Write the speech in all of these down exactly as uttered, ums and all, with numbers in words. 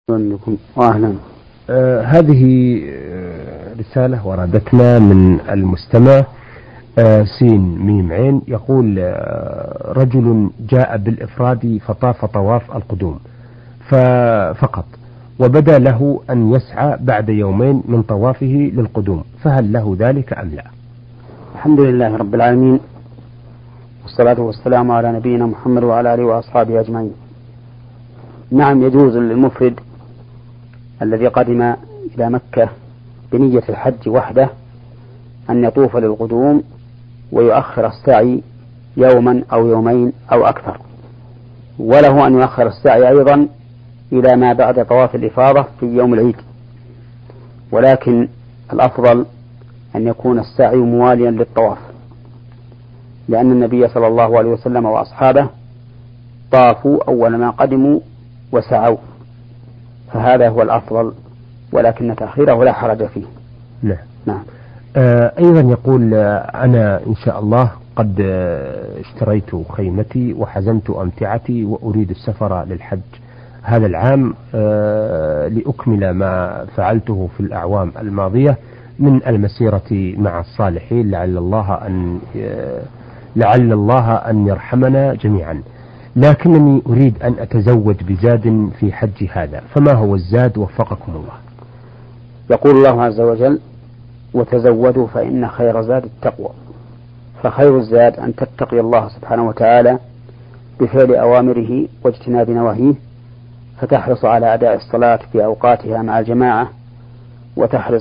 أهلا. آه هذه آه رسالة وردتنا من المستمع آه سين ميم عين، يقول آه رجل جاء بالإفراد فطاف طواف القدوم فقط، وبدا له أن يسعى بعد يومين من طوافه للقدوم، فهل له ذلك أم لا؟ الحمد لله رب العالمين، والصلاة والسلام على نبينا محمد وعلى آله وأصحابه أجمعين. نعم، يجوز للمفرد الذي قدم إلى مكة بنية الحج وحده أن يطوف للقدوم ويؤخر السعي يوما أو يومين أو أكثر، وله أن يؤخر السعي أيضا إلى ما بعد طواف الإفاضة في يوم العيد، ولكن الأفضل أن يكون السعي مواليا للطواف، لأن النبي صلى الله عليه وسلم وأصحابه طافوا أول ما قدموا وسعوا، فهذا هو الأفضل، ولكن تأخيره لا حرج فيه. نعم. نعم. آه أيضا يقول آه أنا إن شاء الله قد آه اشتريت خيمتي وحزمت أمتعتي وأريد السفر للحج هذا العام آه لأكمل ما فعلته في الأعوام الماضية من المسيرة مع الصالحين، لعل الله أن آه لعل الله أن يرحمنا جميعا، لكنني أريد أن أتزود بزاد في حج هذا، فما هو الزاد وفقكم الله؟ يقول الله عز وجل: وتزودوا فإن خير زاد التقوى. فخير الزاد أن تتقي الله سبحانه وتعالى بفعل أوامره واجتناب نواهيه، فتحرص على أداء الصلاة في أوقاتها مع الجماعة، وتحرص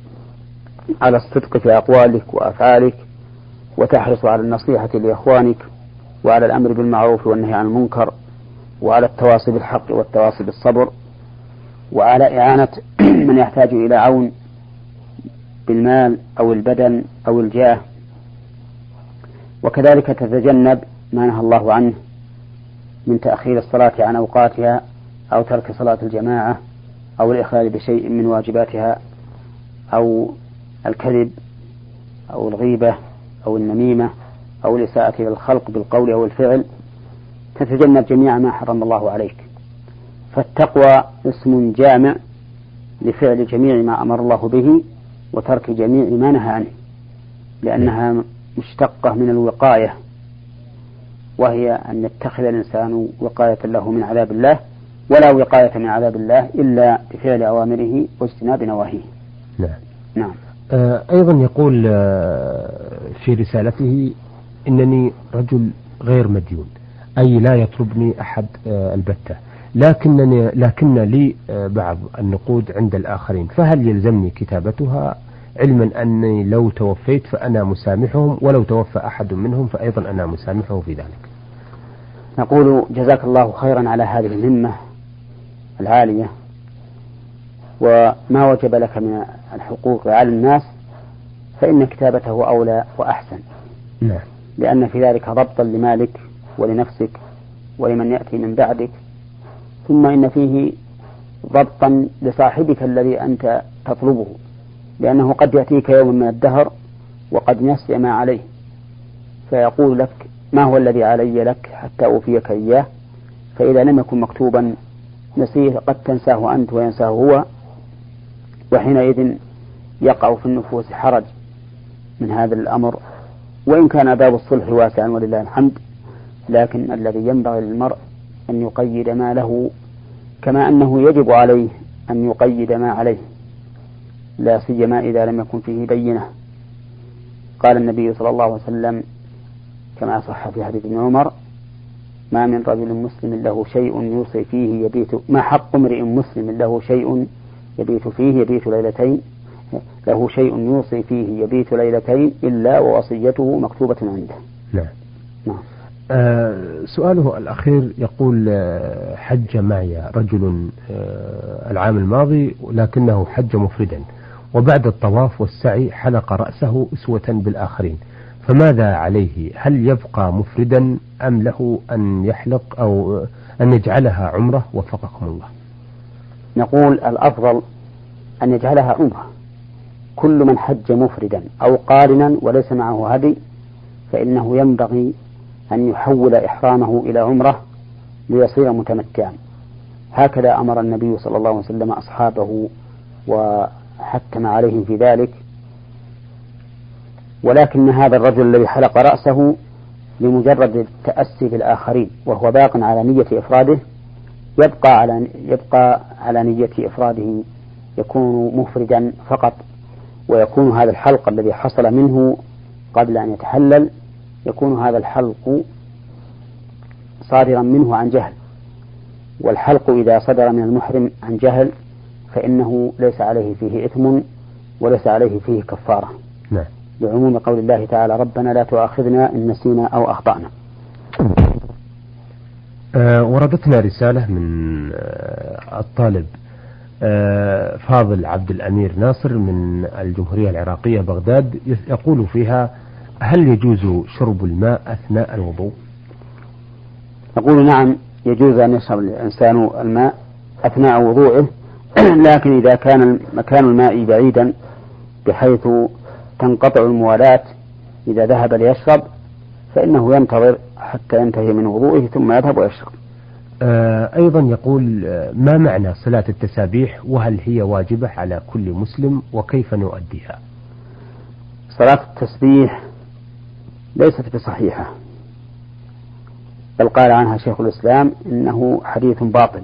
على الصدق في أقوالك وأفعالك، وتحرص على النصيحة لإخوانك، وعلى الأمر بالمعروف والنهي عن المنكر، وعلى التواصي بالحق والتواصي بالصبر، وعلى إعانة من يحتاج إلى عون بالمال أو البدن أو الجاه، وكذلك تتجنب ما نهى الله عنه من تأخير الصلاة عن أوقاتها، أو ترك صلاة الجماعة، أو الإخلال بشيء من واجباتها، أو الكذب أو الغيبة أو النميمة أو الإساءة إلى الخلق بالقول أو الفعل، تتجنب جميع ما حرم الله عليك. فالتقوى اسم جامع لفعل جميع ما أمر الله به وترك جميع ما نهى عنه، لأنها مشتقة من الوقاية، وهي أن يتخذ الإنسان وقاية له من عذاب الله، ولا وقاية من عذاب الله إلا بفعل أوامره واجتناب نواهيه. نعم. نعم. آه أيضا يقول آه في رسالته: إنني رجل غير مديون، أي لا يطلبني أحد آه البتة، لكنني لكن لي آه بعض النقود عند الآخرين، فهل يلزمني كتابتها، علما أني لو توفيت فأنا مسامحهم، ولو توفى أحد منهم فأيضا أنا مسامحه في ذلك؟ نقول جزاك الله خيرا على هذه الهمة العالية، وما وجب لك من الحقوق على الناس فإن كتابته أولى وأحسن. نعم. لأن في ذلك ضبطا لمالك ولنفسك ولمن يأتي من بعدك، ثم إن فيه ضبطا لصاحبك الذي أنت تطلبه، لأنه قد يأتيك يوم من الدهر وقد نسي ما عليه، فيقول لك: ما هو الذي علي لك حتى أوفيك إياه؟ فإذا لم يكن مكتوبا نسيه، قد تنساه أنت وينساه هو، وحينئذ يقع في النفوس حرج من هذا الأمر. وإن كان باب الصلح واسعا ولله الحمد، لكن الذي ينبغي للمرء أن يقيد ما له، كما أنه يجب عليه أن يقيد ما عليه، لا سيما إذا لم يكن فيه بينة. قال النبي صلى الله عليه وسلم كما صح في حديث ابن عمر: ما من رجل مسلم له شيء يوصي فيه يبيت ما حق امرئ مسلم له شيء يبيت فيه يبيت ليلتين له شيء يوصي فيه يبيت ليلتين إلا ووصيته مكتوبة عنده. نعم. نعم. آه سؤاله الأخير يقول: آه حج معي رجل آه العام الماضي، لكنه حج مفردا، وبعد الطواف والسعي حلق رأسه أسوة بالآخرين، فماذا عليه؟ هل يبقى مفردا أم له أن يحلق أو أن يجعلها عمرة؟ وفقكم الله. نقول الأفضل أن يجعلها عمرة. كل من حج مفردا أو قارنا وليس معه هدي فإنه ينبغي أن يحول إحرامه إلى عمرة ليصير متمتعا، هكذا أمر النبي صلى الله عليه وسلم أصحابه وحتم عليهم في ذلك. ولكن هذا الرجل الذي حلق رأسه لمجرد التأسي بالآخرين وهو باق على نية إفراده يبقى على يبقى على نية إفراده، يكون مفردا فقط، ويكون هذا الحلق الذي حصل منه قبل أن يتحلل يكون هذا الحلق صادرا منه عن جهل، والحلق إذا صدر من المحرم عن جهل فإنه ليس عليه فيه إثم وليس عليه فيه كفارة. نعم. لعموم قول الله تعالى ربنا لا تؤاخذنا إن نسينا أو أخطأنا. أه وردتنا رسالة من أه الطالب أه فاضل عبد الأمير ناصر من الجمهورية العراقية بغداد، يقول فيها: هل يجوز شرب الماء أثناء الوضوء؟ نقول نعم، يجوز أن يشرب الإنسان الماء أثناء وضوءه، لكن إذا كان مكان الماء بعيدا بحيث تنقطع الموالاة إذا ذهب ليشرب فإنه ينتظر حتى ينتهي من وضوءه ثم يذهب ويشرب. آه أيضا يقول: ما معنى صلاة التسابيح وهل هي واجبة على كل مسلم وكيف نؤديها؟ صلاة التسبيح ليست بصحيحة، بل قال عنها شيخ الإسلام إنه حديث باطل،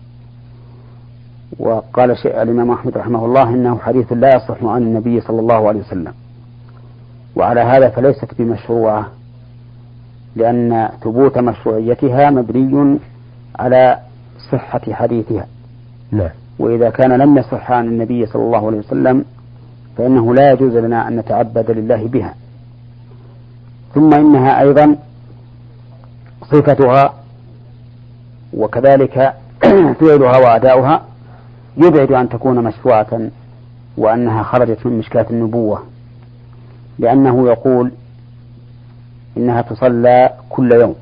وقال الإمام أحمد رحمه الله إنه حديث لا يصح عن النبي صلى الله عليه وسلم، وعلى هذا فليست بمشروعة، لأن ثبوت مشروعيتها مبني على صحة حديثها. نعم. وإذا كان لم يصح عن النبي صلى الله عليه وسلم فإنه لا يجوز لنا أن نتعبد لله بها. ثم إنها أيضا صفتها وكذلك فعلها وأداؤها يبعد أن تكون مشروعة وأنها خرجت من مشكاة النبوة، لأنه يقول إنها تصلى كل يوم،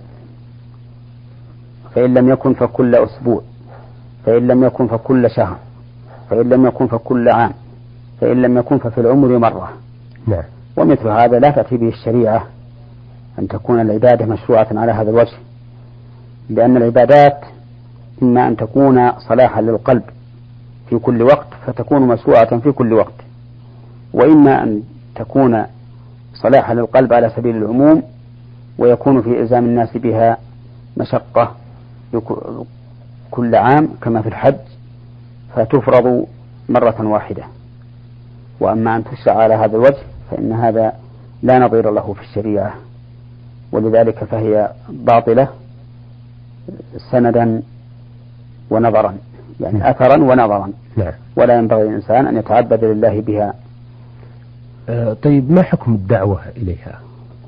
فإن لم يكن فكل أسبوع، فإن لم يكن فكل شهر، فإن لم يكن فكل عام، فإن لم يكن ففي العمر مرة. نعم. ومثل هذا لا تأتي به الشريعة أن تكون العبادة مشروعة على هذا الوجه، لأن العبادات إما أن تكون صلاحا للقلب في كل وقت فتكون مشروعة في كل وقت، وإما أن تكون صلاحا للقلب على سبيل العموم ويكون في إلزام الناس بها مشقة كل عام كما في الحج فتفرض مرة واحدة. وأما أن تشرع على هذا الوجه فإن هذا لا نظير له في الشريعة، ولذلك فهي باطلة سندا ونظرا، يعني أثرا ونظرا. نعم. ولا ينبغي الإنسان أن يتعبد لله بها. أه طيب، ما حكم الدعوة إليها؟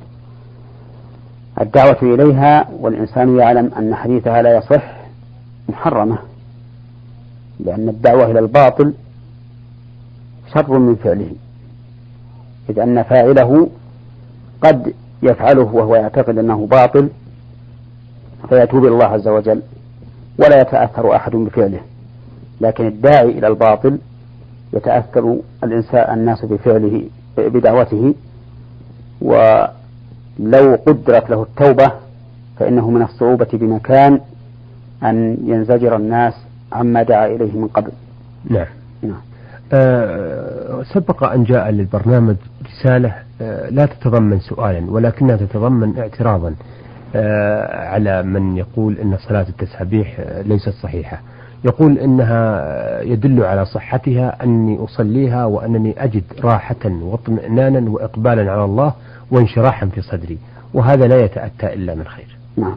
الدعوة إليها والإنسان يعلم أن حديثها لا يصح محرمة، لأن الدعوة إلى الباطل شر من فعله، إذ أن فاعله قد يفعله وهو يعتقد أنه باطل فيتوب الله عز وجل ولا يتأثر أحد بفعله، لكن الداعي إلى الباطل يتأثر الإنسان الناس بفعله بدعوته، ولو قدرت له التوبة فإنه من الصعوبة بمكان أن ينزجر الناس عما دعا إليه من قبل. نعم. نعم. أه سبق أن جاء للبرنامج رسالة أه لا تتضمن سؤالا ولكنها تتضمن اعتراضا أه على من يقول أن صلاة التسابيح ليست صحيحة. يقول إنها يدل على صحتها أني أصليها وأنني أجد راحة واطمئنانا وإقبالا على الله وانشراحا في صدري، وهذا لا يتأتى إلا من خير. نعم.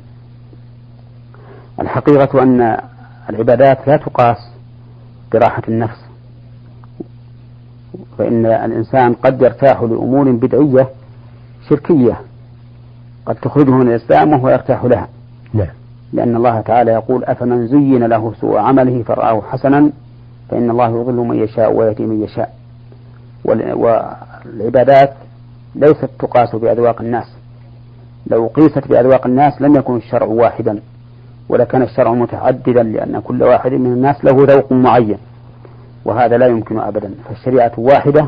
الحقيقة أن العبادات لا تقاس براحة النفس، فإن الإنسان قد يرتاح لأمور بدعية شركية قد تخرجه من الإسلام وهو يرتاح لها. نعم. لأن الله تعالى يقول أفمن زين له سوء عمله فرآه حسنا فإن الله يضل من يشاء ويهدي من يشاء. والعبادات ليست تقاس بأذواق الناس، لو قيست بأذواق الناس لم يكن الشرع واحدا ولكان الشرع متعددا، لأن كل واحد من الناس له ذوق معين وهذا لا يمكن أبدا، فالشريعة واحدة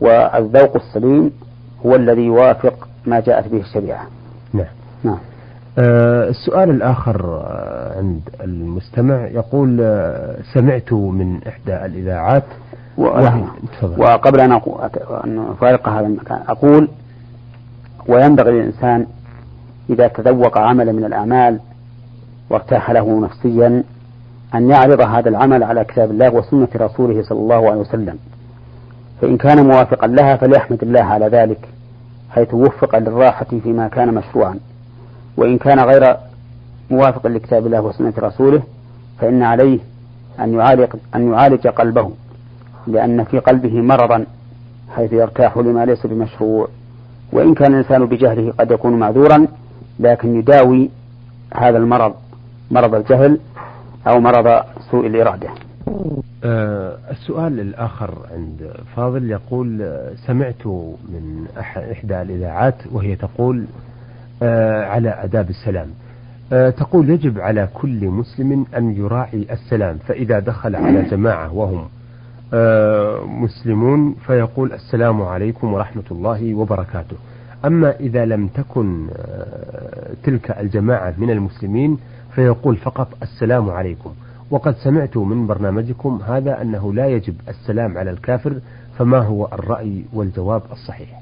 والذوق السليم هو الذي يوافق ما جاءت به الشريعة. نعم. نعم. آه السؤال الآخر آه عند المستمع يقول آه سمعت من إحدى الإذاعات وهي... وقبل أن أفارق هذا المكان أقول وينبغي للإنسان إذا تذوق عملا من الأعمال وارتاح له نفسيا أن يعرض هذا العمل على كتاب الله وسنة رسوله صلى الله عليه وسلم، فإن كان موافقا لها فليحمد الله على ذلك حيث وفق للراحة فيما كان مشروعا، وإن كان غير موافق لكتاب الله وسنة رسوله فإن عليه أن يعالج, أن يعالج قلبه، لأن في قلبه مرضا حيث يرتاح لما ليس بمشروع، وإن كان الإنسان بجهله قد يكون معذورا، لكن يداوي هذا المرض مرض الجهل أو مرض سوء الإرادة. أه السؤال الآخر عند فاضل يقول سمعت من إحدى الإذاعات وهي تقول أه على آداب السلام، أه تقول يجب على كل مسلم أن يراعي السلام، فإذا دخل على جماعة وهم أه مسلمون فيقول السلام عليكم ورحمة الله وبركاته، أما إذا لم تكن أه تلك الجماعة من المسلمين فيقول فقط السلام عليكم. وقد سمعت من برنامجكم هذا أنه لا يجب السلام على الكافر، فما هو الرأي والجواب الصحيح؟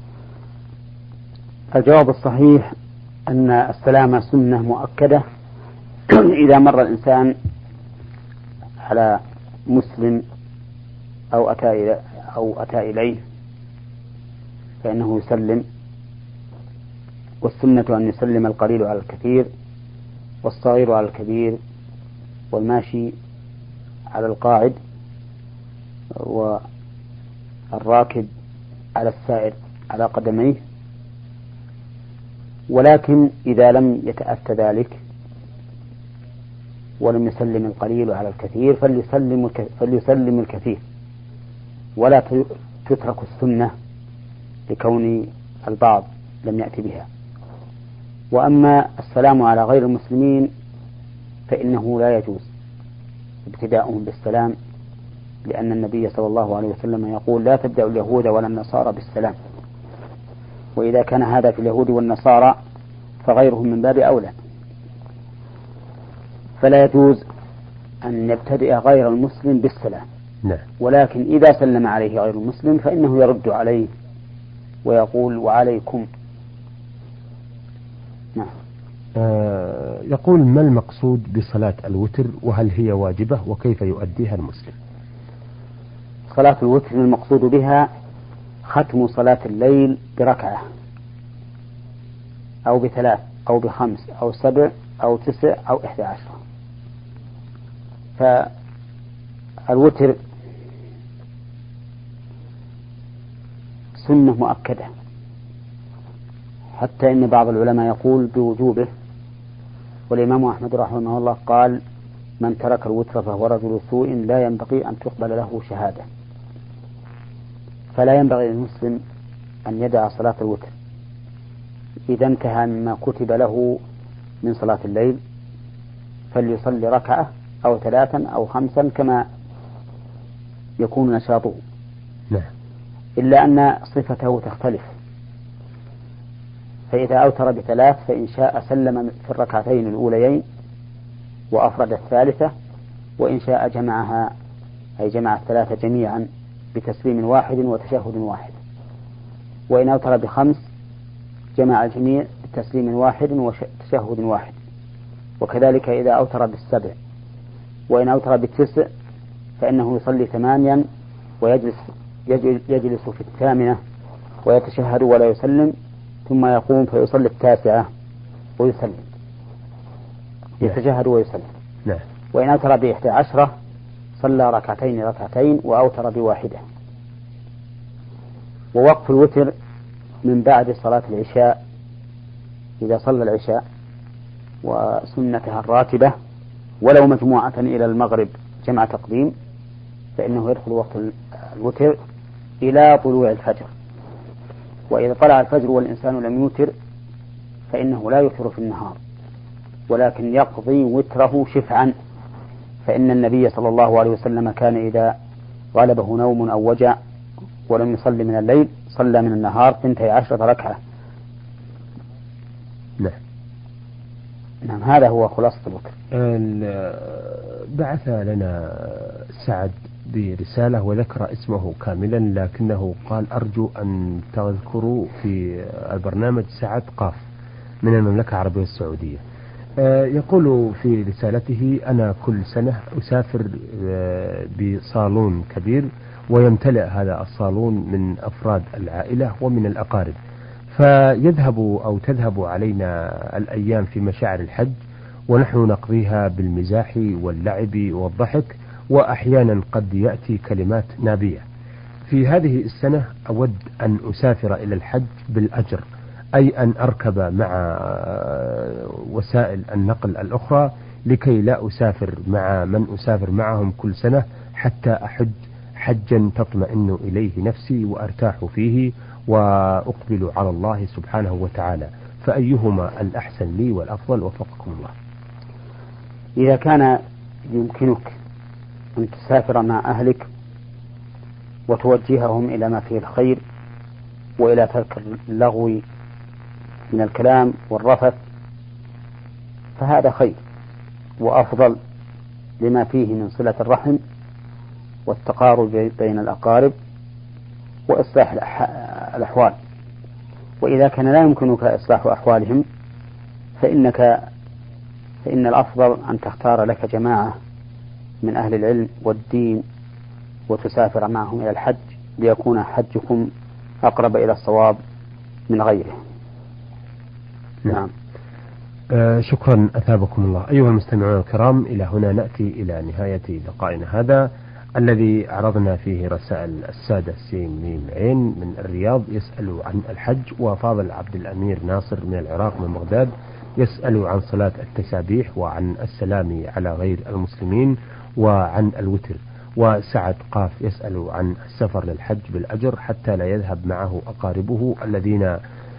الجواب الصحيح أن السلام سنة مؤكدة إذا مر الإنسان على مسلم أو أتى أو أتى إليه فإنه يسلم، والسنة أن يسلم القليل على الكثير والصغير على الكبير والماشي على القاعد والراكب على السائر على قدميه، ولكن إذا لم يتأتى ذلك ولم يسلم القليل على الكثير فليسلم, فليسلم الكثير، ولا تترك السنة لكون البعض لم يأتي بها. وأما السلام على غير المسلمين فإنه لا يجوز ابتداؤهم بالسلام، لأن النبي صلى الله عليه وسلم يقول لا تبدأ اليهود ولا النصارى بالسلام، وإذا كان هذا في اليهود والنصارى فغيرهم من باب أولى، فلا يجوز أن يبتدئ غير المسلم بالسلام. نعم. ولكن إذا سلم عليه غير المسلم فإنه يرد عليه ويقول وعليكم. نعم. آه يقول ما المقصود بصلاة الوتر، وهل هي واجبة، وكيف يؤديها المسلم؟ صلاة الوتر المقصود بها ختم صلاة الليل بركعة أو بثلاث أو بخمس أو سبع أو تسع أو إحدى عشر. فالوتر سنة مؤكدة، حتى إن بعض العلماء يقول بوجوبه، والإمام أحمد رحمه الله قال من ترك الوتر فهو رجل سوء لا ينبغي أن تقبل له شهادة. فلا ينبغي للمسلم أن يدع صلاة الوتر إذا انتهى مما كتب له من صلاة الليل، فليصلي ركعة أو ثلاثا أو خمسا كما يكون نشاطه. نعم. إلا أن صفته تختلف، فإذا أوتر بثلاث فإن شاء سلم في الركعتين الأوليين وأفرد الثالثة، وإن شاء جمعها أي جمع الثلاثة جميعا بتسليم واحد وتشهد واحد، وإن أوتر بخمس جمع الجميع بتسليم واحد وتشهد واحد، وكذلك إذا أوتر بالسبع، وإن أوتر بالتسع فإنه يصلي ثمانيا ويجلس يجلس في الثامنة ويتشهد ولا يسلم، ثم يقوم فيصلي التاسعة ويسلم، يتشهد ويسلم. نعم. وإن أوتر بإحدى عشرة صلى ركعتين ركعتين وأوتر بواحدة. ووقف الوتر من بعد صلاة العشاء، إذا صلى العشاء وسنتها الراتبة ولو مجموعة إلى المغرب جمع تقديم، فإنه يدخل وقت الوتر إلى طلوع الفجر. وإذا طلع الفجر والإنسان لم يوتر فإنه لا يوتر في النهار، ولكن يقضي وتره شفعا، فإن النبي صلى الله عليه وسلم كان إذا غلبه نوم أو وجع ولم يصلي من الليل صلى من النهار ثنتي عشرة ركعة. نعم. نعم، هذا هو خلاصة الوكر. بعث لنا سعد برسالة وذكر اسمه كاملا، لكنه قال أرجو أن تذكروا في البرنامج سعد قاف من المملكة العربية السعودية. يقول في رسالته: أنا كل سنة أسافر بصالون كبير، ويمتلئ هذا الصالون من أفراد العائلة ومن الأقارب، فيذهب أو تذهب علينا الأيام في مشاعر الحج، ونحن نقضيها بالمزاح واللعب والضحك، وأحيانا قد يأتي كلمات نابية. في هذه السنة أود أن أسافر إلى الحج بالأجر، أي أن أركب مع وسائل النقل الأخرى لكي لا أسافر مع من أسافر معهم كل سنة، حتى أحج حجا تطمئن إليه نفسي وأرتاح فيه وأقبل على الله سبحانه وتعالى، فأيهما الأحسن لي والأفضل؟ وفقكم الله. إذا كان يمكنك أن تسافر مع أهلك وتوجههم إلى ما فيه الخير وإلى ترك اللغو من الكلام والرفث، فهذا خير وأفضل لما فيه من صلة الرحم والتقارب بين الأقارب وإصلاح الأحوال. وإذا كان لا يمكنك إصلاح أحوالهم فإنك فإن الأفضل أن تختار لك جماعة من أهل العلم والدين وتسافر معهم إلى الحج، ليكون حجكم أقرب إلى الصواب من غيره. نعم. آه شكرا أثابكم الله. أيها المستمعون الكرام، إلى هنا نأتي إلى نهاية لقائنا هذا الذي عرضنا فيه رسائل السادة سين ميم عين من الرياض يسأل عن الحج، وفاضل عبد الأمير ناصر من العراق من بغداد يسأل عن صلاة التسابيح وعن السلام على غير المسلمين وعن الوتر، وسعد قاف يسأل عن السفر للحج بالأجر حتى لا يذهب معه أقاربه الذين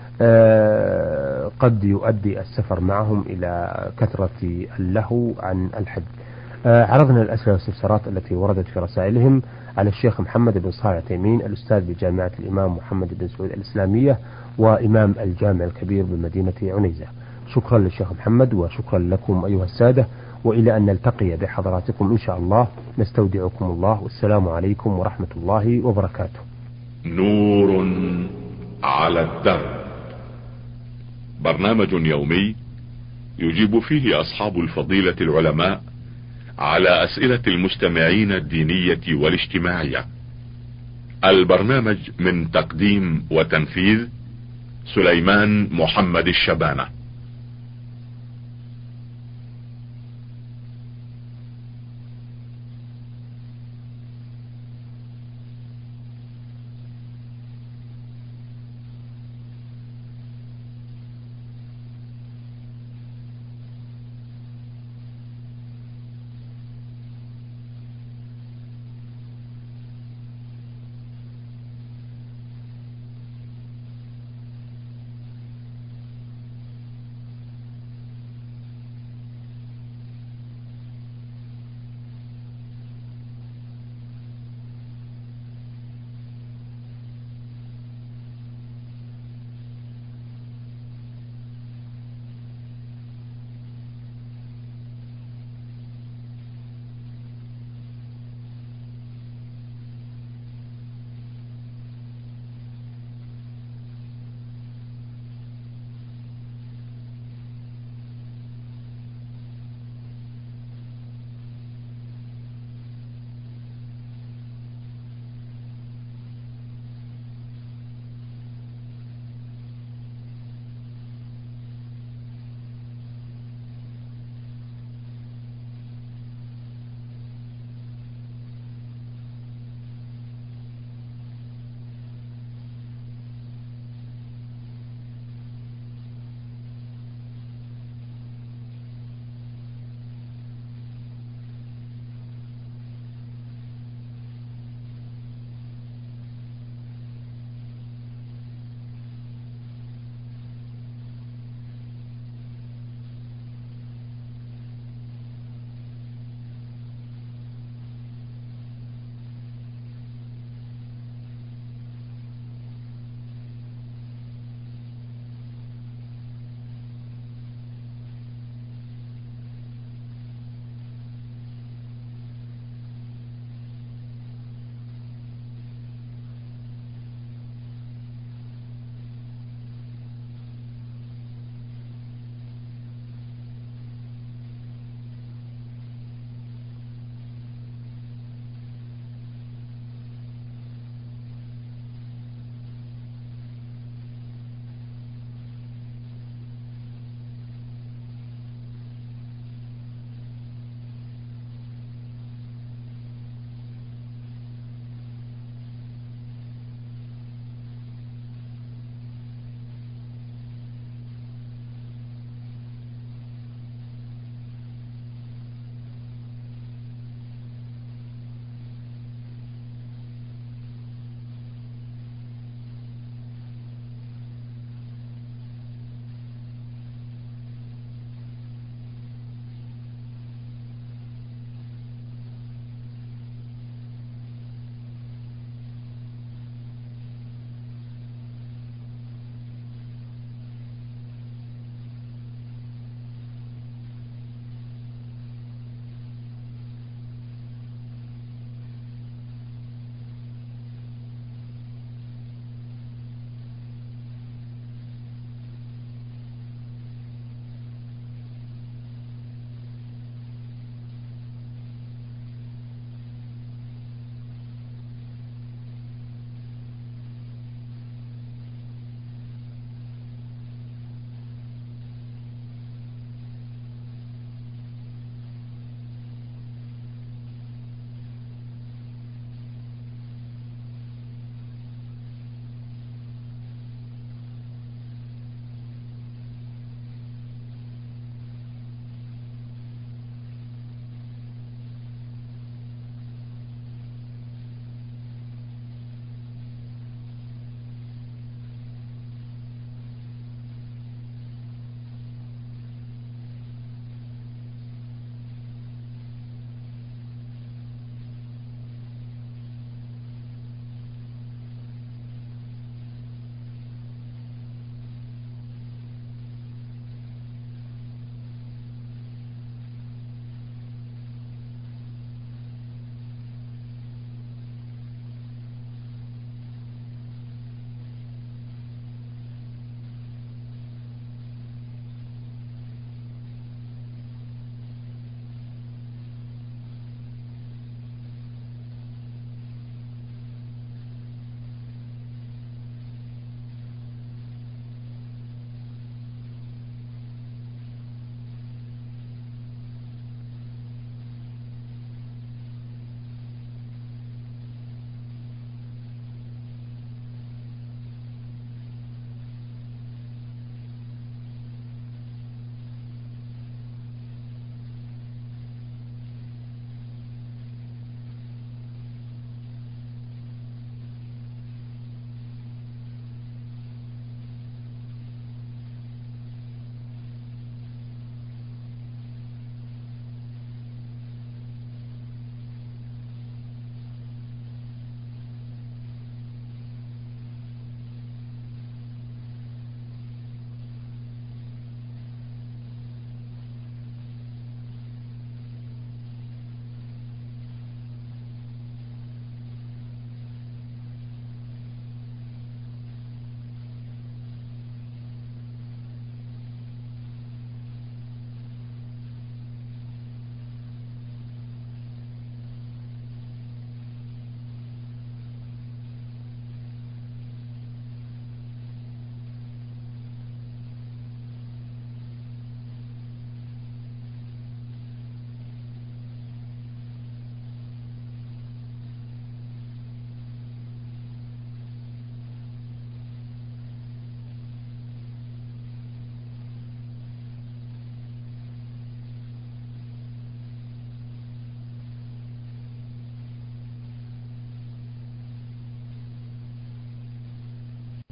آه قد يؤدي السفر معهم إلى كثرة اللهو عن الحج. آه عرضنا الأسئلة والاستفسارات التي وردت في رسائلهم على الشيخ محمد بن صالح العثيمين الأستاذ بجامعة الإمام محمد بن سعود الإسلامية وإمام الجامع الكبير بمدينة عنيزة. شكرا للشيخ محمد وشكرا لكم أيها السادة، وإلى أن نلتقي بحضراتكم إن شاء الله نستودعكم الله، والسلام عليكم ورحمة الله وبركاته. نور على الدرب، برنامج يومي يجيب فيه أصحاب الفضيلة العلماء على أسئلة المستمعين الدينية والاجتماعية. البرنامج من تقديم وتنفيذ سليمان محمد الشبانة.